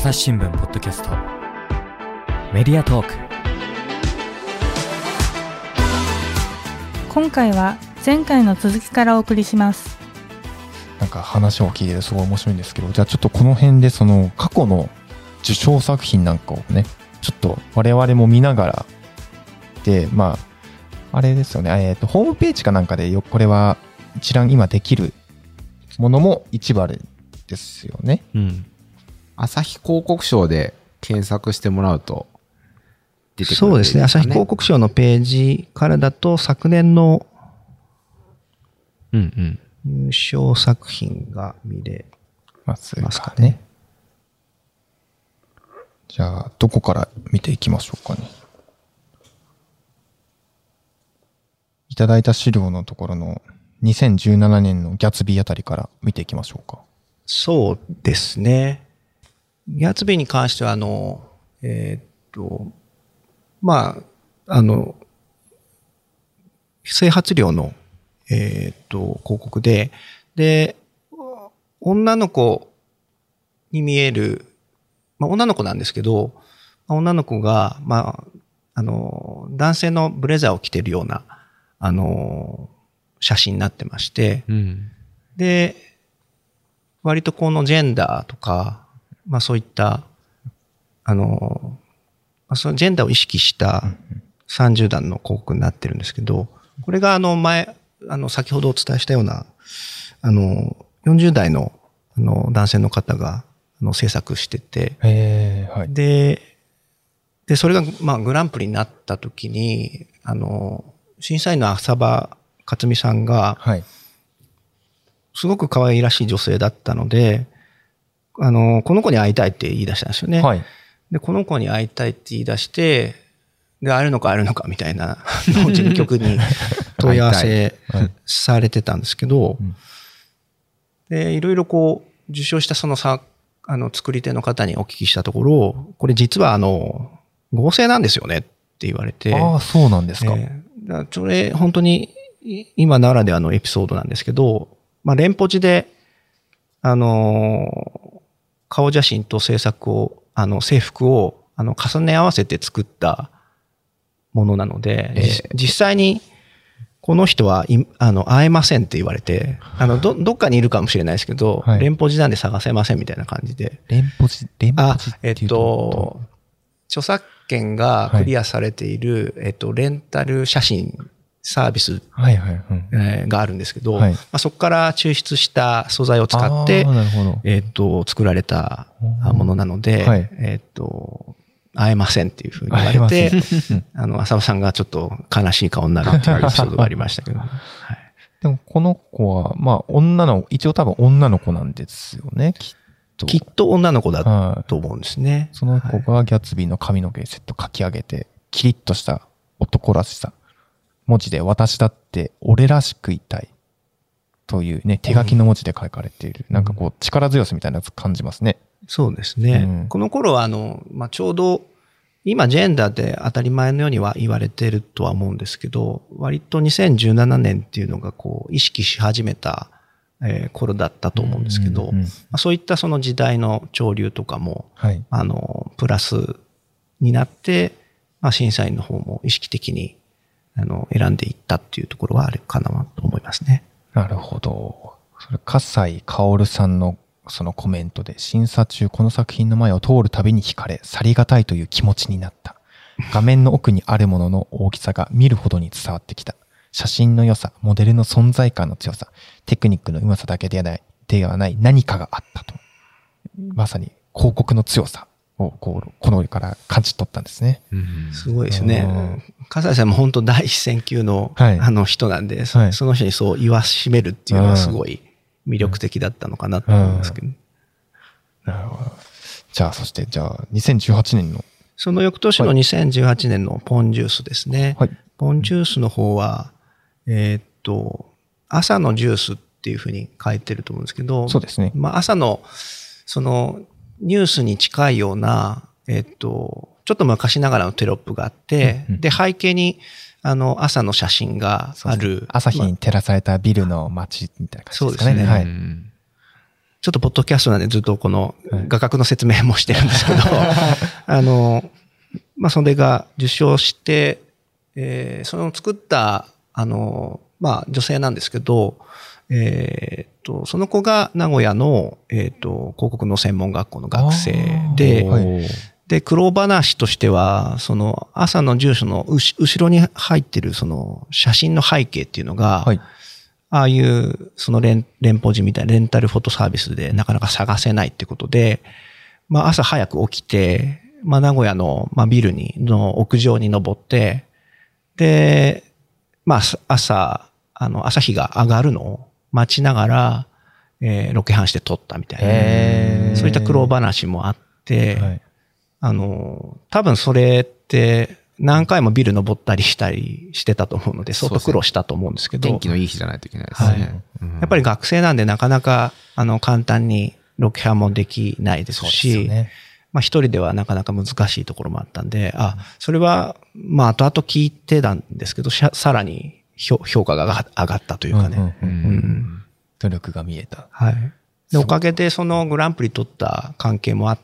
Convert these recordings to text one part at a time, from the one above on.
朝日新聞ポッドキャストメディアトーク。 今回は前回の続きからお送りします。 なんか話を聞いててすごい面白いんですけど、じゃあちょっとこの辺でその過去の受賞作品なんかをね、ちょっと我々も見ながらで、まああれですよね、ホームページかなんかでこれは一覧今できるものも一部あるんですよね。 うん。朝日広告賞で検索してもらうと出てくる、 そうですね。朝日広告賞のページからだと昨年の入賞作品が見れますかね。 じゃあどこから見ていきましょうかね。いただいた資料のところの2017年のギャツビーあたりから見ていきましょうか。 そうですね。ギャツビーに関しては整髪料の広告で、女の子に見える、女の子なんですけど、女の子が男性のブレザーを着てるような写真になってまして、で割とこのジェンダーとか、そういったそのジェンダーを意識した30段の広告になってるんですけど、これが先ほどお伝えしたような40代の男性の方が制作してて、 はい、 でそれがグランプリになった時に審査員の浅場克美さんが、すごく可愛らしい女性だったので、この子に会いたいって言い出したんですよね。でこの子に会いたいって言い出して、で会えるのかみたいな事務局に問い合わせされてたんですけど、でいろいろ受賞した作り手の方にお聞きしたところ、これ実は合成なんですよねって言われて。 ああ、そうなんですか。 それ本当に今ならではのエピソードなんですけど、連ポジで顔写真と制服を重ね合わせて作ったものなので、実際にこの人は会えませんって言われて、どっかにいるかもしれないですけど、連ポジなんで探せませんみたいな感じで。 連ポジっていうと、 著作権がクリアされている、レンタル写真サービスがあるんですけど、そこから抽出した素材を使って作られたものなので、会えませんっていうふうに言われて、浅尾さんがちょっと悲しい顔になるっていうエピソードがありましたけど、 でもこの子は一応多分女の子なんですよね、きっと女の子だと思うんですね。 その子がギャツビーの髪の毛セット書き上げて、キリッとした男らしさ、文字で私だって俺らしくいたいというね、手書きの文字で書かれている、なんか力強さみたいなやつ感じますね。 そうですね。この頃はちょうど今ジェンダーって当たり前のようには言われてるとは思うんですけど、割と2017年っていうのが意識し始めた頃だったと思うんですけど、そういったその時代の潮流とかも、プラスになって、審査員の方も意識的に選んでいったっていうところはあるかなと思いますね。 なるほど。それ笠井薫さんのそのコメントで、審査中この作品の前を通るたびに惹かれ、去りがたいという気持ちになった。画面の奥にあるものの大きさが見るほどに伝わってきた。写真の良さ、モデルの存在感の強さ、テクニックのうまさだけではない何かがあったと。まさに広告の強さをこの折から感じ取ったんですね。 すごいですね。笠井さんも本当第一線級の人なんで、その人にそう言わしめるっていうのはすごい魅力的だったのかなと思いますけど。 なるほど。じゃあ2018年のその翌年の2018年のポンジュースですね。ポンジュースの方は朝のジュースっていうふうに書いてると思うんですけど、 そうですね。 朝のそのニュースに近いようなちょっと昔ながらのテロップがあって、で背景に朝の写真がある。 朝日に照らされたビルの街みたいな感じですかね。 そうですね。 ちょっとポッドキャストなんでずっとこの画角の説明もしてるんですけど、まあ、それが受賞して、その作った、まあ、女性なんですけど、その子が名古屋の、広告の専門学校の学生で、で、苦労話としては、その朝の住所の後ろに入ってるその写真の背景っていうのが、はい、ああいうその連邦人みたいなレンタルフォトサービスでなかなか探せないってことで、まあ朝早く起きて、まあ名古屋のビルの屋上に登って、で、まあ朝日が上がるのを待ちながら、ロケハンして撮ったみたいな、そういった苦労話もあって、はい、多分それって何回もビル登ったりしたりしてたと思うので、相当苦労したと思うんですけど。 天気のいい日じゃないといけないですね。はいやっぱり学生なんでなかなか、簡単にロケハンもできないですし、まあ一人ではなかなか難しいところもあったんで、それは、まあ後々聞いてたんですけど、さらに評価が上がったというかね。 努力が見えた。 はい。で、おかげでそのグランプリ取った関係もあって、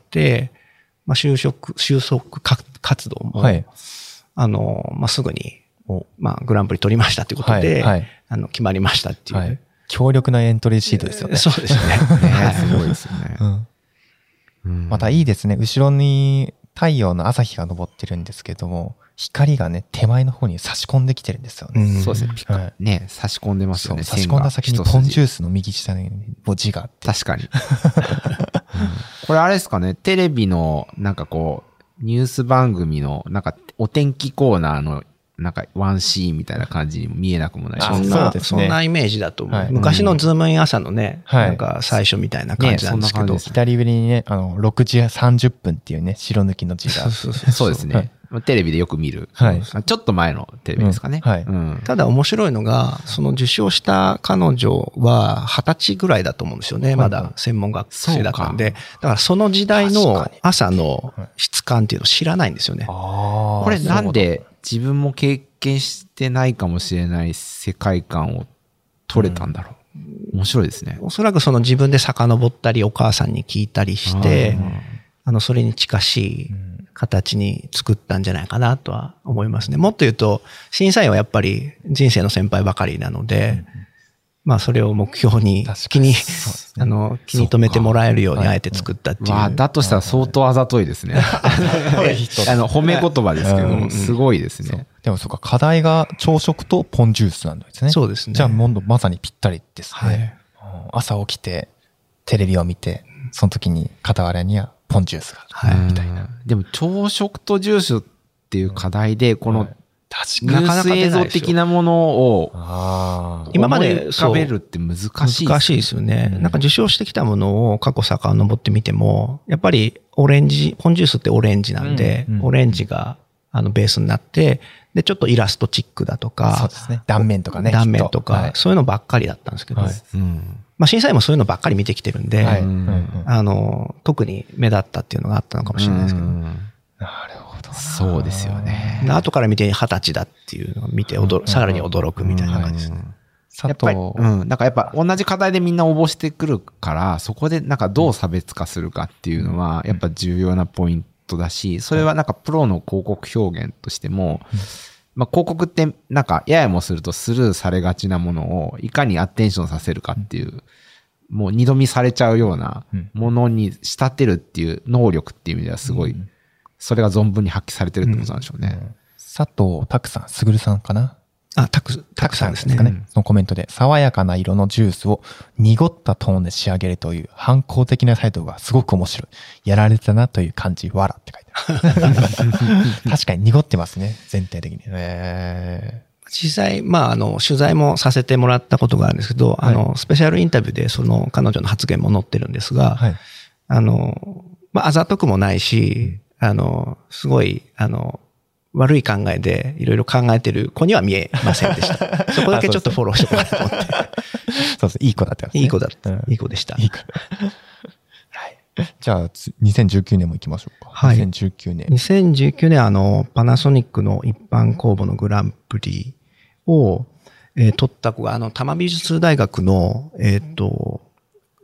まあ、収束活動も、はい、まあ、すぐに、まあ、グランプリ取りましたということで、はいはい、決まりましたっていう、はい。 強力なエントリーシートですよね。 そうですね。 すごいですよね。 またいいですね。後ろに太陽の朝日が昇ってるんですけども、光がね、手前の方に差し込んできてるんですよね。 そうですね。はい、ね、差し込んでますよね。 差し込んだ先にポンジュースの右下に字があって。 確かに。これあれですかね、テレビのなんかこう、ニュース番組のなんかお天気コーナーのなんかワンシーンみたいな感じにも見えなくもないし、 そんなイメージだと思う。はい、昔のズームイン朝のね、なんか最初みたいな感じなんですけど。 左上にね、6時30分っていうね、白抜きの字が。 そうですね。テレビでよく見る。はい。ちょっと前のテレビですかね。はい。 ただ面白いのが、その受賞した彼女は20歳ぐらいだと思うんですよね。まだ専門学生だったんで。だからその時代の朝の質感っていうのを知らないんですよね。 これなんで自分も経験してないかもしれない世界観を取れたんだろう。面白いですね。 おそらくその自分で遡ったりお母さんに聞いたりして、それに近しい形に作ったんじゃないかなとは思いますね。もっと言うと、審査員はやっぱり人生の先輩ばかりなので、まあそれを目標に気に留めてもらえるようにあえて作ったっていう。 だとしたら相当あざといですね。褒め言葉ですけど、すごいですね。 でもそうか、課題が朝食とポンジュースなんですね。 そうですね。 じゃあまさにぴったりですね。朝起きて、テレビを見て、その時に傍らにはポンジュースがあるみたいな。 でも朝食とジュースっていう課題で、このニュース映像的なものを今まで浮かべるって難しい。 難しいですよね。なんか受賞してきたものを過去遡ってみても、やっぱりポンジュースってオレンジなんで、オレンジがベースになって、で、ちょっとイラストチックだとか、 そうですね。断面とかね。 断面とか、そういうのばっかりだったんですけど、まあ審査員もそういうのばっかり見てきてるんで、特に目立ったっていうのがあったのかもしれないですけど。 なるほど。 そうですよね。 後から見て20歳だっていうのを見てさらに驚くみたいな感じですね。 やっぱり、なんかやっぱ同じ課題でみんな応募してくるから、そこでなんかどう差別化するかっていうのは、やっぱ重要なポイントだし、それはなんかプロの広告表現としても、まあ広告ってなんかややもするとスルーされがちなものをいかにアテンションさせるかっていう、もう二度見されちゃうようなものに仕立てるっていう能力っていう意味ではすごい、それが存分に発揮されてるってことなんでしょうね。 佐藤拓さん、すぐるさんかな。 たくさんですね。 そのコメントで、爽やかな色のジュースを濁ったトーンで仕上げるという反抗的な態度がすごく面白い。やられたなという感じ、わらって書いてある。確かに濁ってますね、全体的に。 実際、まあ、取材もさせてもらったことがあるんですけど、スペシャルインタビューでその彼女の発言も載ってるんですが、まあ、あざとくもないし、すごい、悪い考えでいろいろ考えてる子には見えませんでした。そこだけちょっとフォローしておこうかなと思って。 そうです。いい子だったんですね。 いい子だった。いい子でした。 いい子。はい。じゃあ、2019年も行きましょうか。はい。2019年。 2019年パナソニックの一般公募のグランプリを、取った子が、多摩美術大学の、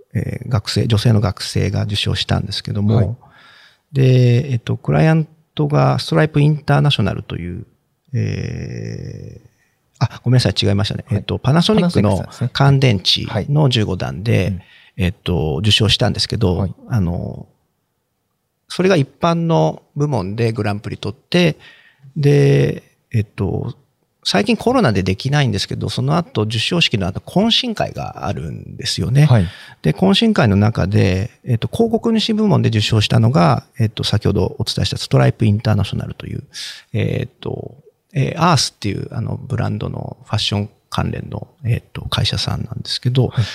女性の学生が受賞したんですけども、 はい、 で、クライアントがストライプインターナショナルという、ごめんなさい、違いましたね。 はい、 パナソニックの乾電池の15段で、受賞したんですけど、 はい、 それが一般の部門でグランプリ取って、で、最近コロナでできないんですけど、その後授賞式の後懇親会があるんですよね。 はい、で、 懇親会の中で、広告主部門で受賞したのが、先ほどお伝えしたストライプインターナショナルという、アースっていうブランドのファッション関連の、会社さんなんですけど、はい、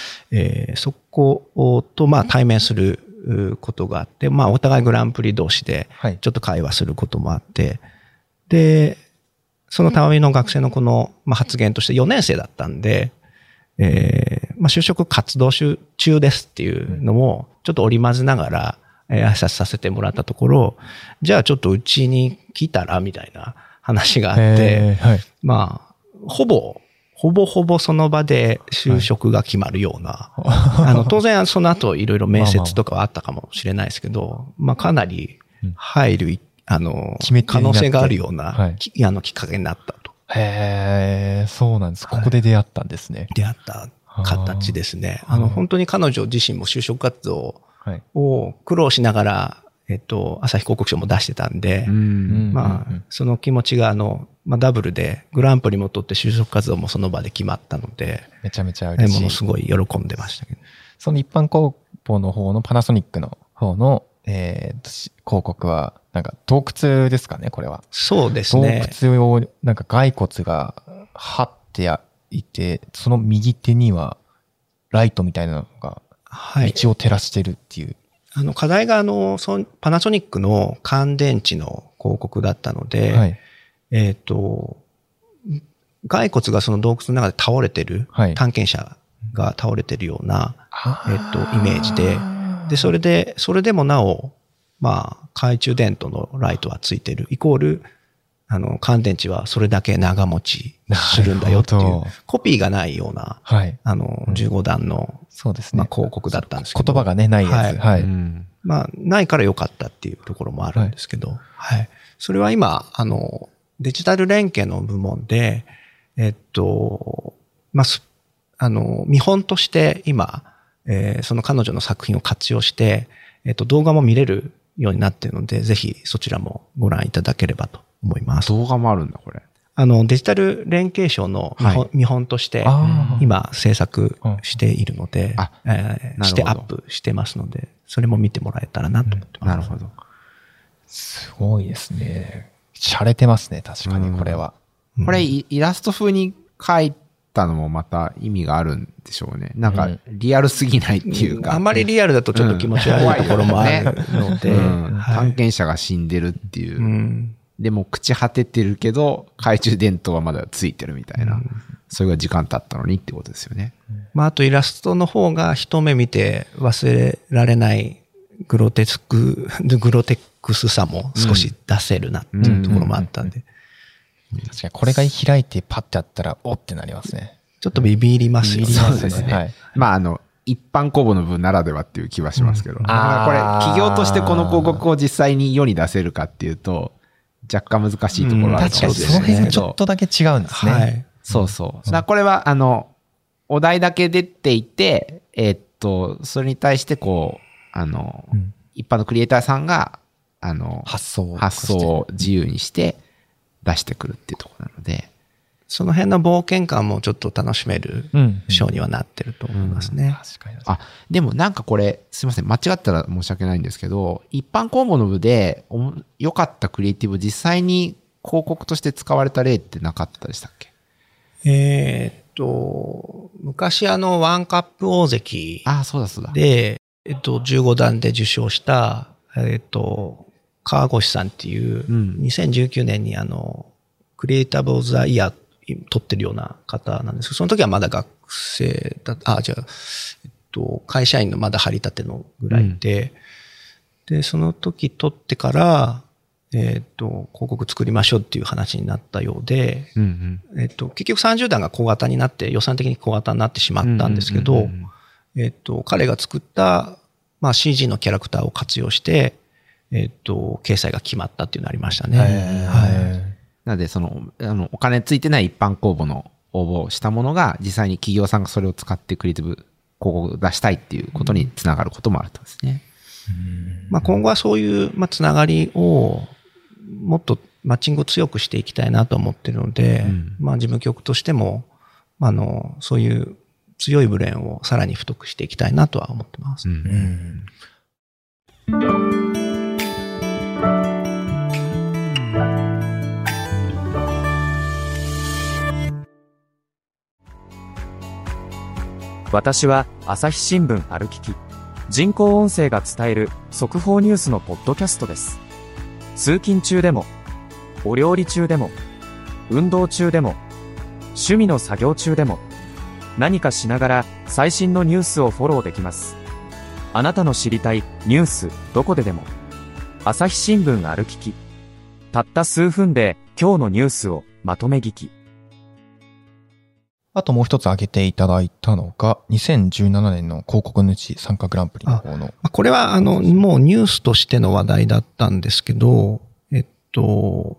そこと対面することがあって、お互いグランプリ同士でちょっと会話することもあって、で、そのたわみの学生のこの発言として4年生だったんで、就職活動中ですっていうのもちょっと織り交ぜながら挨拶させてもらったところ、じゃあちょっとうちに来たらみたいな話があって、はい、ほぼその場で就職が決まるような、はい、当然その後いろいろ面接とかはあったかもしれないですけど、かなり入る可能性があるような、はい、きっかけになったと。 へー、そうなんです。ここで出会ったんですね。はい、 出会った形ですね。本当に彼女自身も就職活動を苦労しながら、朝日広告賞も出してたんで、その気持ちがダブルでグランプリも取って就職活動もその場で決まったので、 めちゃめちゃ嬉しい。 ものすごい喜んでましたけど。 その一般公募の方のパナソニックの方の、広告は、なんか洞窟ですかね、これは。 そうですね。 洞窟を、なんか骸骨が張っていて、その右手にはライトみたいなのが道を照らしてるっていう。 はい、課題がパナソニックの乾電池の広告だったので、はい、骸骨がその洞窟の中で倒れてる、はい、探検者が倒れてるような、イメージで、それでもなお、懐中電灯のライトはついてる。イコール、乾電池はそれだけ長持ちするんだよっていう、コピーがないような、はい、15段の、 そうですね。 広告だったんですけど。 言葉がね、ないやつ。はい。 ないから良かったっていうところもあるんですけど、はい。それは今、デジタル連携の部門で、見本として今、その彼女の作品を活用して、動画も見れるようになっているので、ぜひそちらもご覧いただければと思います。 動画もあるんだ、これ。 デジタル連携賞の見本として、今制作しているので、してアップしてますので、それも見てもらえたらなと思ってます。 なるほど。 すごいですね。洒落てますね、確かにこれは。 これイラスト風に描いたのもまた意味があるんでしょうね。なんかリアルすぎないっていうか。 あんまりリアルだとちょっと気持ち悪いところもあるので。 探検者が死んでるっていう。でも朽ち果ててるけど、懐中電灯はまだついてるみたいな。それが時間経ったのにってことですよね。 あとイラストの方が一目見て忘れられないグロテクスさも少し出せるなっていうところもあったんで。 確かにこれが開いてパッてあったらおってなりますね。 ちょっとビビりますよね。 そうですね。はい、一般公募の分ならではっていう気はしますけど。これ企業としてこの広告を実際に世に出せるかっていうと若干難しいところはあるかもしれないですけど。 確かにその辺ちょっとだけ違うんですね。はい、 そうそう。これはお題だけ出ていて、それに対して一般のクリエイターさんが発想を自由にして出してくるっていうところなので、 その辺の冒険感もちょっと楽しめるショーにはなってると思いますね。 でもなんかこれ、すいません、間違ったら申し訳ないんですけど、一般公募の部で良かったクリエイティブ実際に広告として使われた例ってなかったでしたっけ？ 昔ワンカップ大関で、15段で受賞した、川越さんっていう、2019年にクリエイターオブザイヤー取ってるような方なんですけど、その時はまだ学生会社員のまだ張り立てのぐらいで、で、その時取ってから、広告作りましょうっていう話になったようで、結局30段が小型になって、予算的に小型になってしまったんですけど、 彼が作った、CG のキャラクターを活用して、掲載が決まったっていうのがありましたね。 なので、お金ついてない一般公募の応募したものが、実際に企業さんがそれを使ってクリエイティブ広告を出したいっていうことにつながることもあるとですね。 今後はそういう、つながりをもっとマッチングを強くしていきたいなと思っているので、事務局としても、そういう強いブレーンをさらに太くしていきたいなとは思ってます。 私は朝日新聞ある聞き。人工音声が伝える速報ニュースのポッドキャストです。通勤中でも、お料理中でも、運動中でも、趣味の作業中でも、何かしながら最新のニュースをフォローできます。あなたの知りたいニュースどこででも。朝日新聞ある聞き。たった数分で今日のニュースをまとめ聞き。 あともう一つ挙げていただいたのが、2017年の広告主参加グランプリの方の。 これはもうニュースとしての話題だったんですけど、こ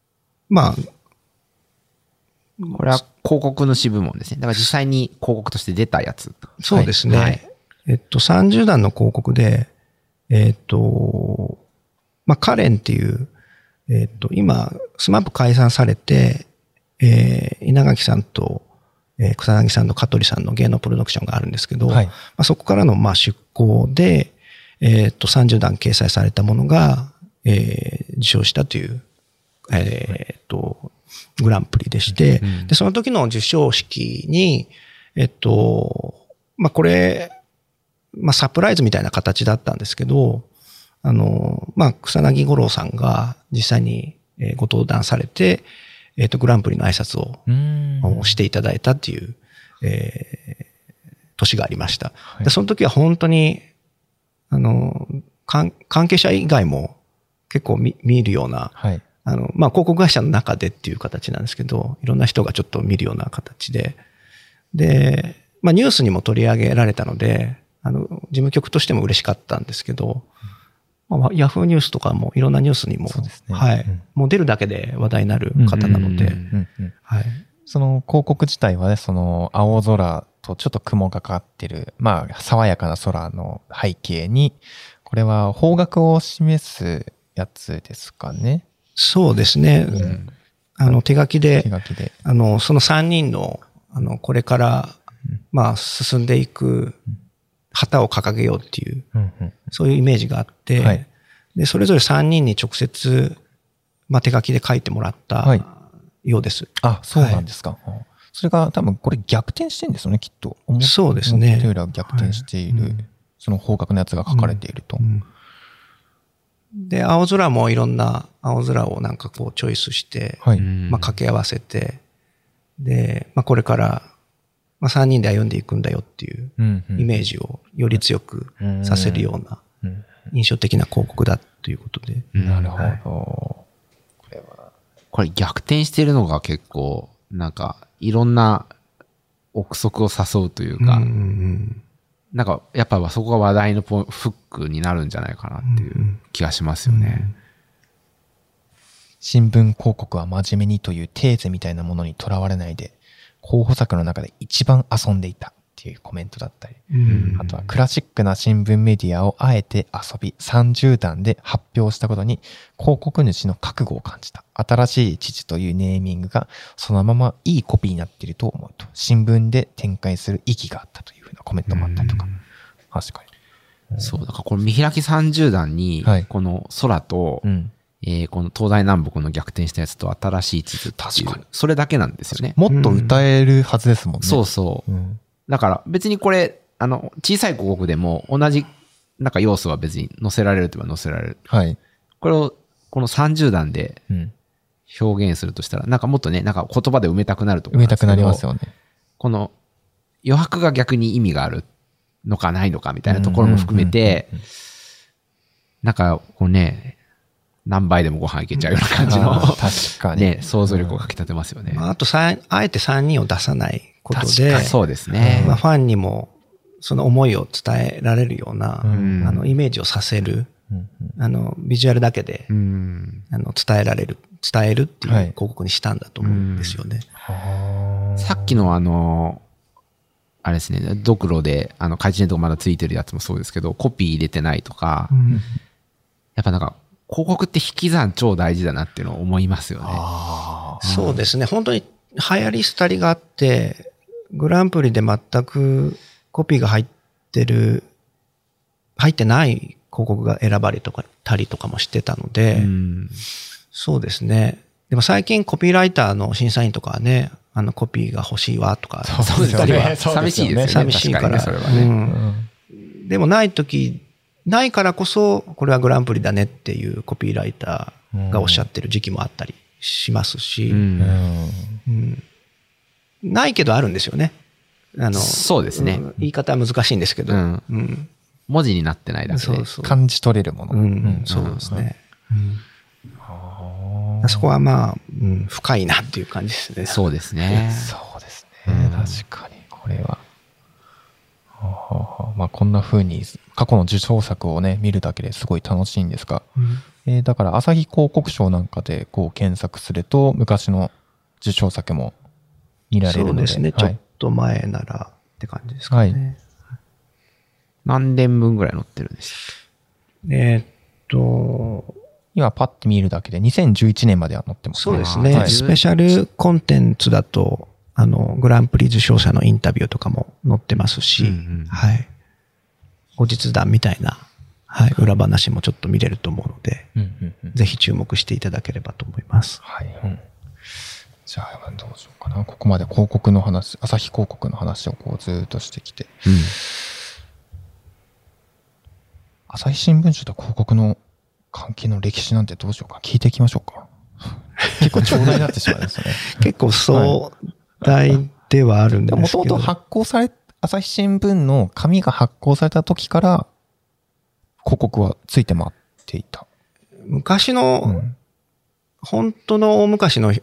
れは広告主部門ですね。だから実際に広告として出たやつ。 そうですね。30段の広告で、カレンっていう、今、スマップ解散されて、稲垣さんと、草薙さんと香取さんの芸能プロダクションがあるんですけど、そこからの出向で、30段掲載されたものが、受賞したという、グランプリでして、で、その時の授賞式に、これ、サプライズみたいな形だったんですけど、草薙五郎さんが実際にご登壇されて、グランプリの挨拶をしていただいたっていう、年がありました。で、その時は本当に、関係者以外も結構見るような、広告会社の中でっていう形なんですけど、いろんな人がちょっと見るような形で、で、ニュースにも取り上げられたので、事務局としても嬉しかったんですけど、ヤフーニュースとかもいろんなニュースにも、もう出るだけで話題になる方なので、 その広告自体はね、その青空とちょっと雲がかかってる、爽やかな空の背景に、これは方角を示すやつですかね。 そうですね。手書きで、その3人の、これから、進んでいく旗を掲げようっていう、そういうイメージがあって、で、それぞれ3人に直接、手書きで書いてもらったようです。 そうなんですか。それが多分これ逆転してるんですよね、きっと。 そうですね。 というよりは逆転している、その方角のやつが書かれていると。 で、青空もいろんな青空をチョイスして、掛け合わせて、で、これから、3人で歩んでいくんだよっていうイメージをより強くさせるような印象的な広告だということで。 なるほど。 これ逆転してるのが結構、いろんな憶測を誘うというか、やっぱそこが話題のフックになるんじゃないかなっていう気がしますよね。 新聞広告は真面目にというテーゼみたいなものにとらわれないで、候補作の中で一番遊んでいたっていうコメントだったり、あとはクラシックな新聞メディアをあえて遊び30段で発表したことに広告主の覚悟を感じた。新しい父というネーミングがそのままいいコピーになっていると思うと、新聞で展開する意義があったというふうなコメントもあったりとか。確かに。 そう、だからこの見開き30段に、この空と、この東西南北の逆転したやつと新しい地図っていう、それだけなんですよね。 もっと歌えるはずですもんね。 そうそう。だから別にこれ、小さい広告でも同じ要素は別に載せられるといえば載せられる。これをこの30段で表現するとしたら、もっとね、言葉で埋めたくなると思うんですけど。 埋めたくなりますよね。 この余白が逆に意味があるのかないのかみたいなところも含めて、こうね、何倍でもご飯いけちゃうような感じの、 確かに。 ね、想像力をかき立てますよね。 あとあえて3人を出さないことで、 そうですね。 ファンにも、 その思いを伝えられるような、イメージをさせる、ビジュアルだけで、伝えるっていう広告にしたんだと思うんですよね。 さっきのあれですね、ドクロで、開示とかまだついてるやつもそうですけど、コピー入れてないとか、やっぱなんか、広告って引き算超大事だなっていうのを思いますよね。 そうですね。本当に流行り廃りがあって、グランプリで全くコピーが入ってない広告が選ばれたりとかもしてたので、そうですね。でも最近コピーライターの審査員とかはね、コピーが欲しいわとか、 そうですね。寂しいですよね。 寂しいから。 それはね。 でもないからこそ、これはグランプリだねっていうコピーライターがおっしゃってる時期もあったりしますし、ないけどあるんですよね。 そうですね。 言い方は難しいんですけど、 文字になってないだけで感じ取れるもの。 そうですね。そこはまあ、深いなっていう感じですね。 そうですね。 そうですね。確かに、これは。まあ、こんな風に過去の受賞作をね、見るだけですごい楽しいんですが、だから朝日広告賞なんかでこう検索すると、昔の受賞作も見られるので。 そうですね。ちょっと前ならって感じですかね。 何年分ぐらい載ってるんですか？ 今パッて見るだけで2011年までは載ってますね。そうですね。スペシャルコンテンツだと、グランプリ受賞者のインタビューとかも載ってますし、はい。後日談みたいな、はい、裏話もちょっと見れると思うので、ぜひ注目していただければと思います。 はい。じゃあ、どうしようかな。ここまで広告の話、朝日広告の話をこうずっとしてきて、朝日新聞社と広告の関係の歴史なんてどうしようか。聞いていきましょうか。結構長大になってしまいますね。 結構壮大ではあるんですけど。 もともと発行され、朝日新聞の紙が発行された時から広告はついて回っていた。 昔の、本当の大昔の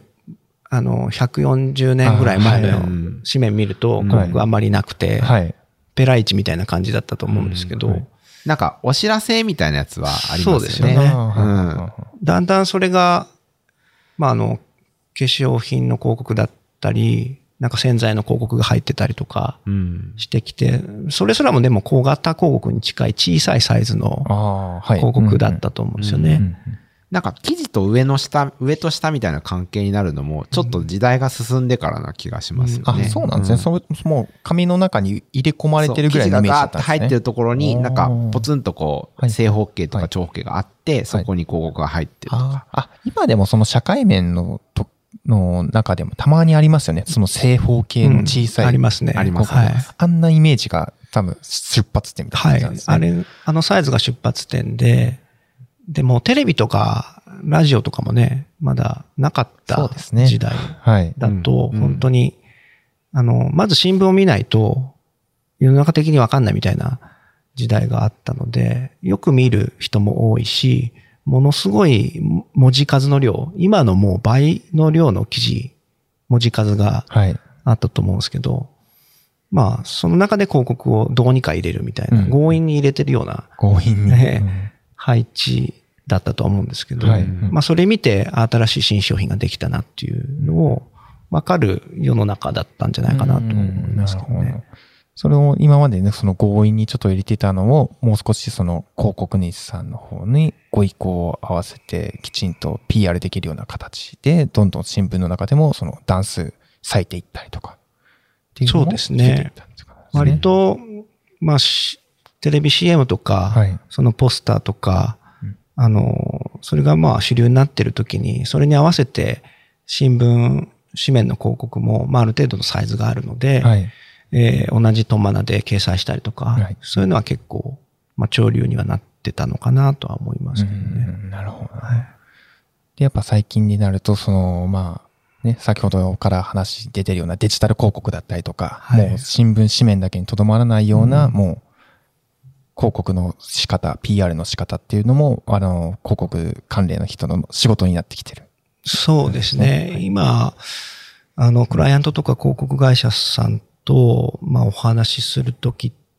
140年ぐらい前の紙面見ると広告あんまりなくて、ペライチみたいな感じだったと思うんですけど、 なんかお知らせみたいなやつはありますよね。そうですよね。だんだんそれが、まあ化粧品の広告だったり、なんか洗剤の広告が入ってたりとかしてきて、それすらもでも小型広告に近い小さいサイズの広告だったと思うんですよね。 なんか記事と上と下みたいな関係になるのも、ちょっと時代が進んでからな気がしますよね。 そうなんですね。もう紙の中に入れ込まれてるぐらいのイメージだったんですね。 記事が入ってるところに、なんかポツンとこう、正方形とか長方形があって、そこに広告が入ってるとか。 今でもその社会面の中でもたまにありますよね。その正方形の小さい。 ありますね。 あります。 あんなイメージが多分出発点みたいな感じなんですね。 あのサイズが出発点で、でもテレビとかラジオとかもね、まだなかった時代だと、本当に、まず新聞を見ないと世の中的にわかんないみたいな時代があったので、よく見る人も多いし、ものすごい文字数の量、今のもう倍の量の記事、文字数があったと思うんですけど、まあ、その中で広告をどうにか入れるみたいな、強引に入れてるような、配置だったと思うんですけど、まあそれ見て新しい新商品ができたなっていうのを分かる世の中だったんじゃないかなと思いますけどね。 それを今までね、その強引にちょっと入れていたのを、もう少しその広告主さんの方にご意向を合わせて、きちんと PR できるような形で、どんどん新聞の中でもその段数割いていったりとか。 そうですね。割と、まあ、テレビ CM とか、そのポスターとか、それがまあ主流になっているときに、それに合わせて新聞、紙面の広告も、まあある程度のサイズがあるので、同じトンマナで掲載したりとか、そういうのは結構、まあ潮流にはなってたのかなとは思いますけどね。 なるほど。で、やっぱ最近になると、その、まあ、ね、先ほどから話出てるようなデジタル広告だったりとか、もう新聞紙面だけにとどまらないような、もう、広告の仕方、PR の仕方っていうのも、広告関連の人の仕事になってきてる。 そうですね。今、クライアントとか広告会社さんと、まあ、お話しするときっ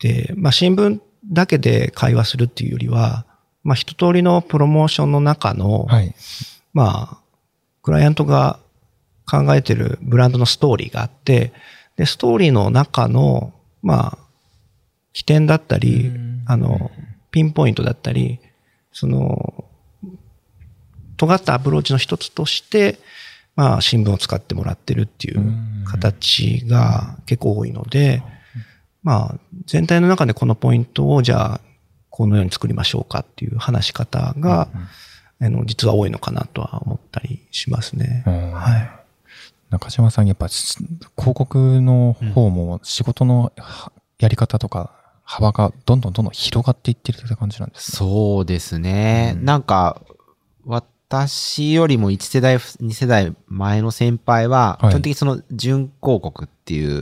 で、新聞だけで会話するっていうよりは、一通りのプロモーションの中の、はい、クライアントが考えてるブランドのストーリーがあって、で、ストーリーの中の、起点だったり、ピンポイントだったり、尖ったアプローチの一つとして、新聞を使ってもらってるっていう形が結構多いので、全体の中でこのポイントをじゃあ、このように作りましょうかっていう話し方が、実は多いのかなとは思ったりしますね。はい。 中島さん、やっぱ広告の方も仕事のやり方とか幅がどんどん広がっていってるって感じなんですか？ そうですね。なんか、私よりも1世代、2世代前の先輩は、基本的にその準広告っていう、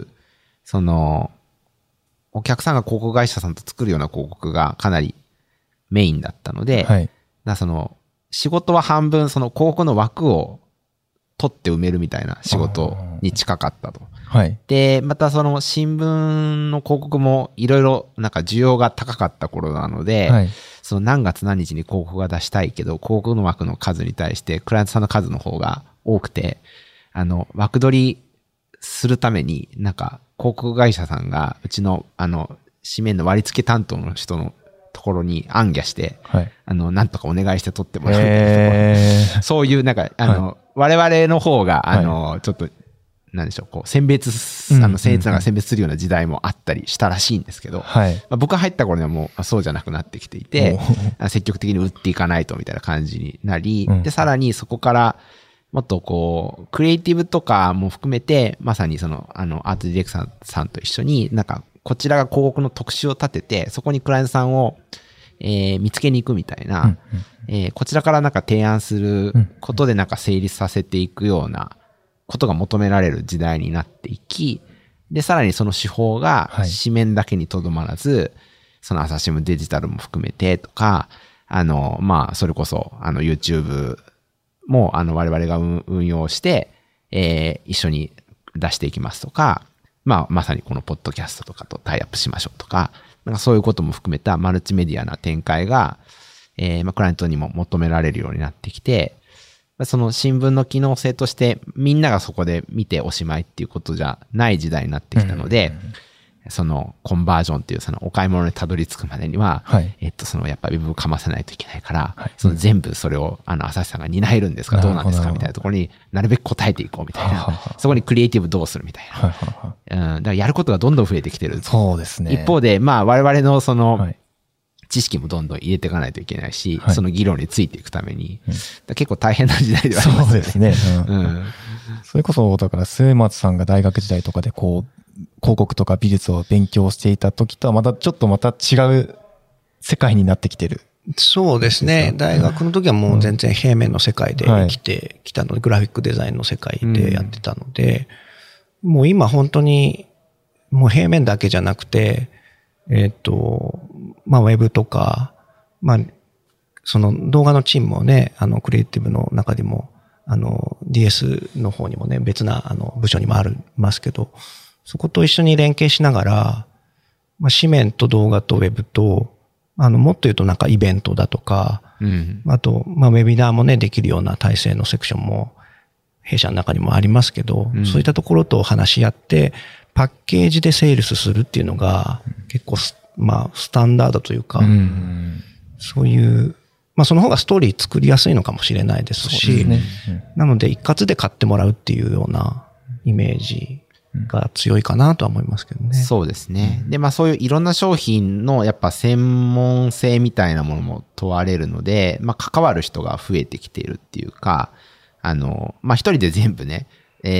お客さんが広告会社さんと作るような広告がかなりメインだったので、はい、仕事は半分その広告の枠を取って埋めるみたいな仕事に近かったと。はい、で、またその新聞の広告もいろいろなんか需要が高かった頃なので、はい、その何月何日に広告が出したいけど、広告の枠の数に対してクライアントさんの数の方が多くて、枠取りするためになんか広告会社さんがうちの紙面の割り付け担当の人のところに暗記して、はい、なんとかお願いして取ってもらうみたいな、そういうなんか我々の方がちょっとなんでしょう、こう選別僭越ながら選別するような時代もあったりしたらしいんですけど、はい、僕が入った頃にはもうそうじゃなくなってきていて、積極的に売っていかないとみたいな感じになり、でさらにそこからもっとこうクリエイティブとかも含めて、まさにアートディレクターさんと一緒になんかこちらが広告の特集を立てて、そこにクライアントさんを見つけに行くみたいな、こちらからなんか提案することでなんか成立させていくようなことが求められる時代になっていき、で、さらにその手法が紙面だけにとどまらず、その朝日新聞デジタルも含めてとか、それこそ、YouTube も、我々が運用して、一緒に出していきますとか、まさにこのポッドキャストとかとタイアップしましょうとか、なんかそういうことも含めたマルチメディアな展開が、クライアントにも求められるようになってきて、その新聞の機能性としてみんながそこで見ておしまいっていうことじゃない時代になってきたので、そのコンバージョンっていうそのお買い物にたどり着くまでには、はい、やっぱりウェブをかませないといけないから、はい、その全部それを朝日さんが担えるんですか、どうなんですかみたいなところになるべく答えていこうみたいな、そこにクリエイティブどうするみたいな、だからやることがどんどん増えてきてる。 そうですね。 一方で我々のその、はい、知識もどんどん入れていかないといけないし、はい、その議論についていくために、結構大変な時代ではありますね。 そうですね。それこそ、だから末松さんが大学時代とかでこう、広告とか美術を勉強していた時とはまた違う世界になってきてる。 そうですね。大学の時はもう全然平面の世界で生きてきたので、グラフィックデザインの世界でやってたので、もう今本当にもう平面だけじゃなくて、ウェブとか、その動画のチームもね、クリエイティブの中でも、DS の方にもね、別な部署にもありますけど、そこと一緒に連携しながら、紙面と動画とウェブと、もっと言うとなんかイベントだとか、あと、ウェビナーもね、できるような体制のセクションも、弊社の中にもありますけど、そういったところと話し合って、パッケージでセールスするっていうのが、結構スタンダードというか、そういう、その方がストーリー作りやすいのかもしれないですし、なので一括で買ってもらうっていうようなイメージが強いかなとは思いますけどね。 そうですね。で、そういういろんな商品のやっぱ専門性みたいなものも問われるので、関わる人が増えてきているっていうか、一人で全部ね、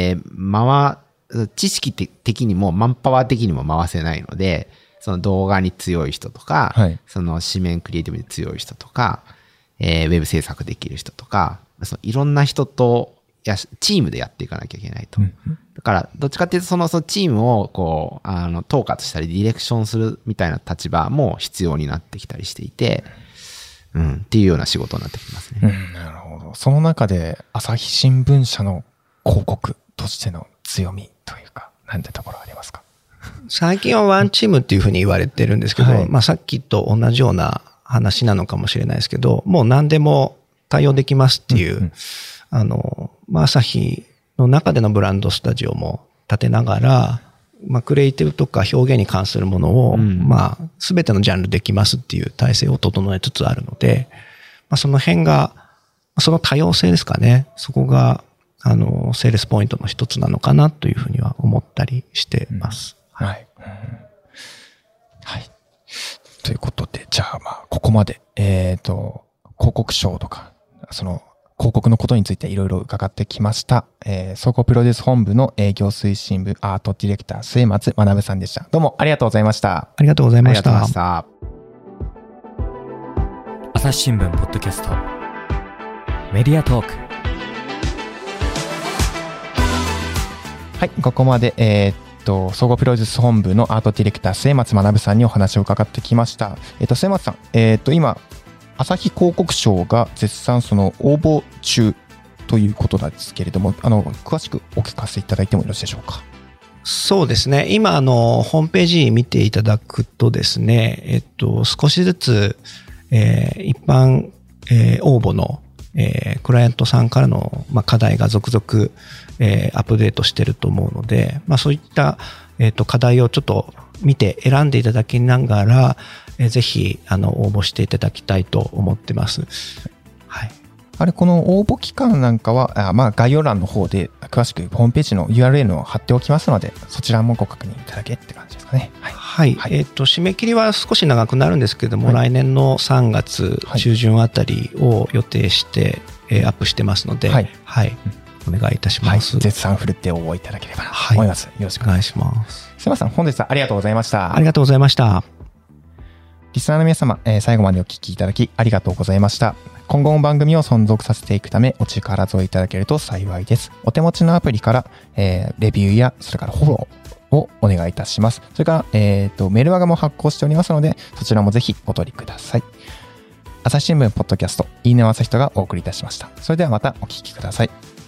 知識的にもマンパワー的にも回せないので、その動画に強い人とか、はい、その紙面クリエイティブに強い人とか、ウェブ制作できる人とか、そのいろんな人とチームでやっていかなきゃいけないと。だから、どっちかっていうとそのチームをこう、統括したりディレクションするみたいな立場も必要になってきたりしていて、っていうような仕事になってきますね。 なるほど。その中で、朝日新聞社の広告としての強みというか、なんてところありますか？ 最近はワンチームっていうふうに言われてるんですけど、 はい、 まあさっきと同じような話なのかもしれないですけど、もう何でも対応できますっていう、まあアサヒの中でのブランドスタジオも立てながら、まあクリエイティブとか表現に関するものを、まあ全てのジャンルできますっていう体制を整えつつあるので、まあその辺が、その多様性ですかね。そこが、セールスポイントの一つなのかなというふうには思ったりしてます。 はい。はい。ということで、じゃあ、まあ、ここまで、広告賞とか、その、広告のことについていろいろ伺ってきました。総合プロデュース本部の営業推進部アートディレクター、末松学さんでした。どうもありがとうございました。 ありがとうございました。 ありがとうございました。 朝日新聞ポッドキャストメディアトーク。 はい、ここまで、総合プロデュース本部のアートディレクター、末松学さんにお話を伺ってきました。末松さん、今、朝日広告賞が絶賛その応募中ということなんですけれども、詳しくお聞かせいただいてもよろしいでしょうか。 そうですね。今、ホームページ見ていただくとですね、少しずつ、一般、応募の、クライアントさんからの、まあ、課題が続々、アップデートしてると思うので、まあ、そういった、課題をちょっと見て選んでいただきながら、ぜひ、応募していただきたいと思ってます。はい。 この応募期間なんかは、まあ、概要欄の方で詳しくホームページの URL を貼っておきますので、そちらもご確認いただけって感じですかね。 はい。はい。締め切りは少し長くなるんですけれども、はい、来年の3月中旬あたりを予定して、アップしてますので、はい。はい。お願いいたします。 はい、絶賛振るって応募いただければと思います。はい、よろしくお願いします。すいません。本日はありがとうございました。 ありがとうございました。 リスナーの皆様、最後までお聞きいただきありがとうございました。今後も番組を存続させていくためお力添えいただけると幸いです。お手持ちのアプリから、レビューやそれからフォローをお願いいたします。それから、メールマガも発行しておりますので、そちらもぜひお取りください。朝日新聞ポッドキャスト、飯沼朝日人がお送りいたしました。それではまたお聞きください。